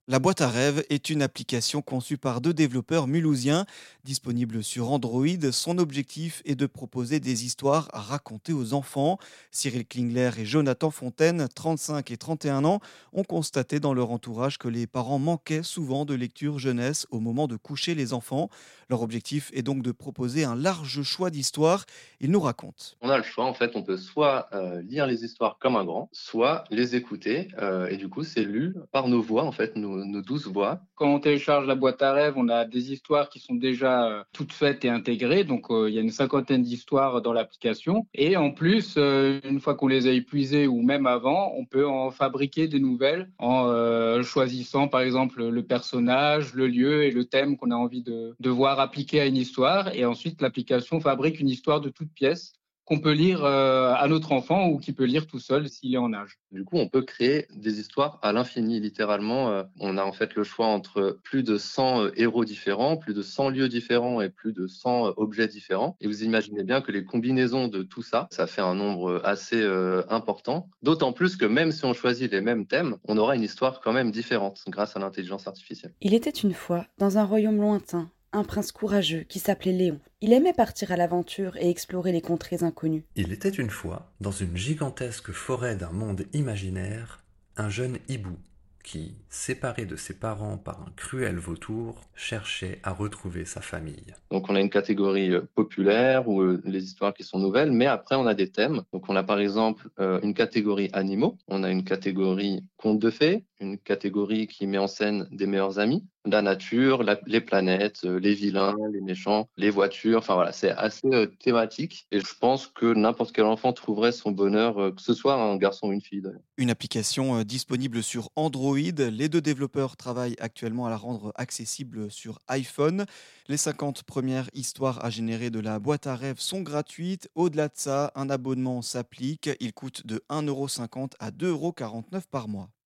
La boîte à rêves est une application conçue par deux développeurs mulhousiens, disponible sur Android. Son objectif est de proposer des histoires à raconter aux enfants. Cyril Klingler et Jonathan Fontaine, 35 et 31 ans, ont constaté dans leur entourage que les parents manquaient souvent de lecture jeunesse au moment de coucher les enfants. Leur objectif est donc de proposer un large choix d'histoires. Ils nous racontent. On a le choix, en fait, on peut soit, lire les histoires comme un grand, soit les écouter, et du coup, c'est lu par nos voix, en fait, nos douces voix. Quand on télécharge la boîte à rêves, on a des histoires qui sont déjà toutes faites et intégrées. Donc, il y a une cinquantaine d'histoires dans l'application. Et en plus, une fois qu'on les a épuisées ou même avant, on peut en fabriquer des nouvelles en choisissant, par exemple, le personnage, le lieu et le thème qu'on a envie de voir appliqué à une histoire. Et ensuite, l'application fabrique une histoire de toutes pièces qu'on peut lire à notre enfant ou qui peut lire tout seul s'il est en âge. Du coup, on peut créer des histoires à l'infini, littéralement, on a, en fait, le choix entre plus de 100, héros différents, plus de 100 lieux différents et plus de 100, objets différents et vous imaginez bien que les combinaisons de tout ça, ça fait un nombre, assez, important. D'autant plus que même si on choisit les mêmes thèmes, on aura une histoire quand même différente grâce à l'intelligence artificielle. Il était une fois, dans un royaume lointain, un prince courageux qui s'appelait Léon. Il aimait partir à l'aventure et explorer les contrées inconnues. Il était une fois, dans une gigantesque forêt d'un monde imaginaire, un jeune hibou qui, séparé de ses parents par un cruel vautour, cherchait à retrouver sa famille. Donc on a une catégorie, populaire ou, les histoires qui sont nouvelles, mais après on a des thèmes. Donc on a par exemple, une catégorie animaux, on a une catégorie contes de fées, une catégorie qui met en scène des meilleurs amis, la nature, les planètes, les vilains, les méchants, les voitures, enfin voilà, c'est assez, thématique et je pense que n'importe quel enfant trouverait son bonheur, que ce soit un garçon ou une fille d'ailleurs. Une application disponible sur Android. Les deux développeurs travaillent actuellement à la rendre accessible sur iPhone. Les 50 premières histoires à générer de la boîte à rêves sont gratuites. Au-delà de ça, un abonnement s'applique. Il coûte de 1,50 € à 2,49 € par mois.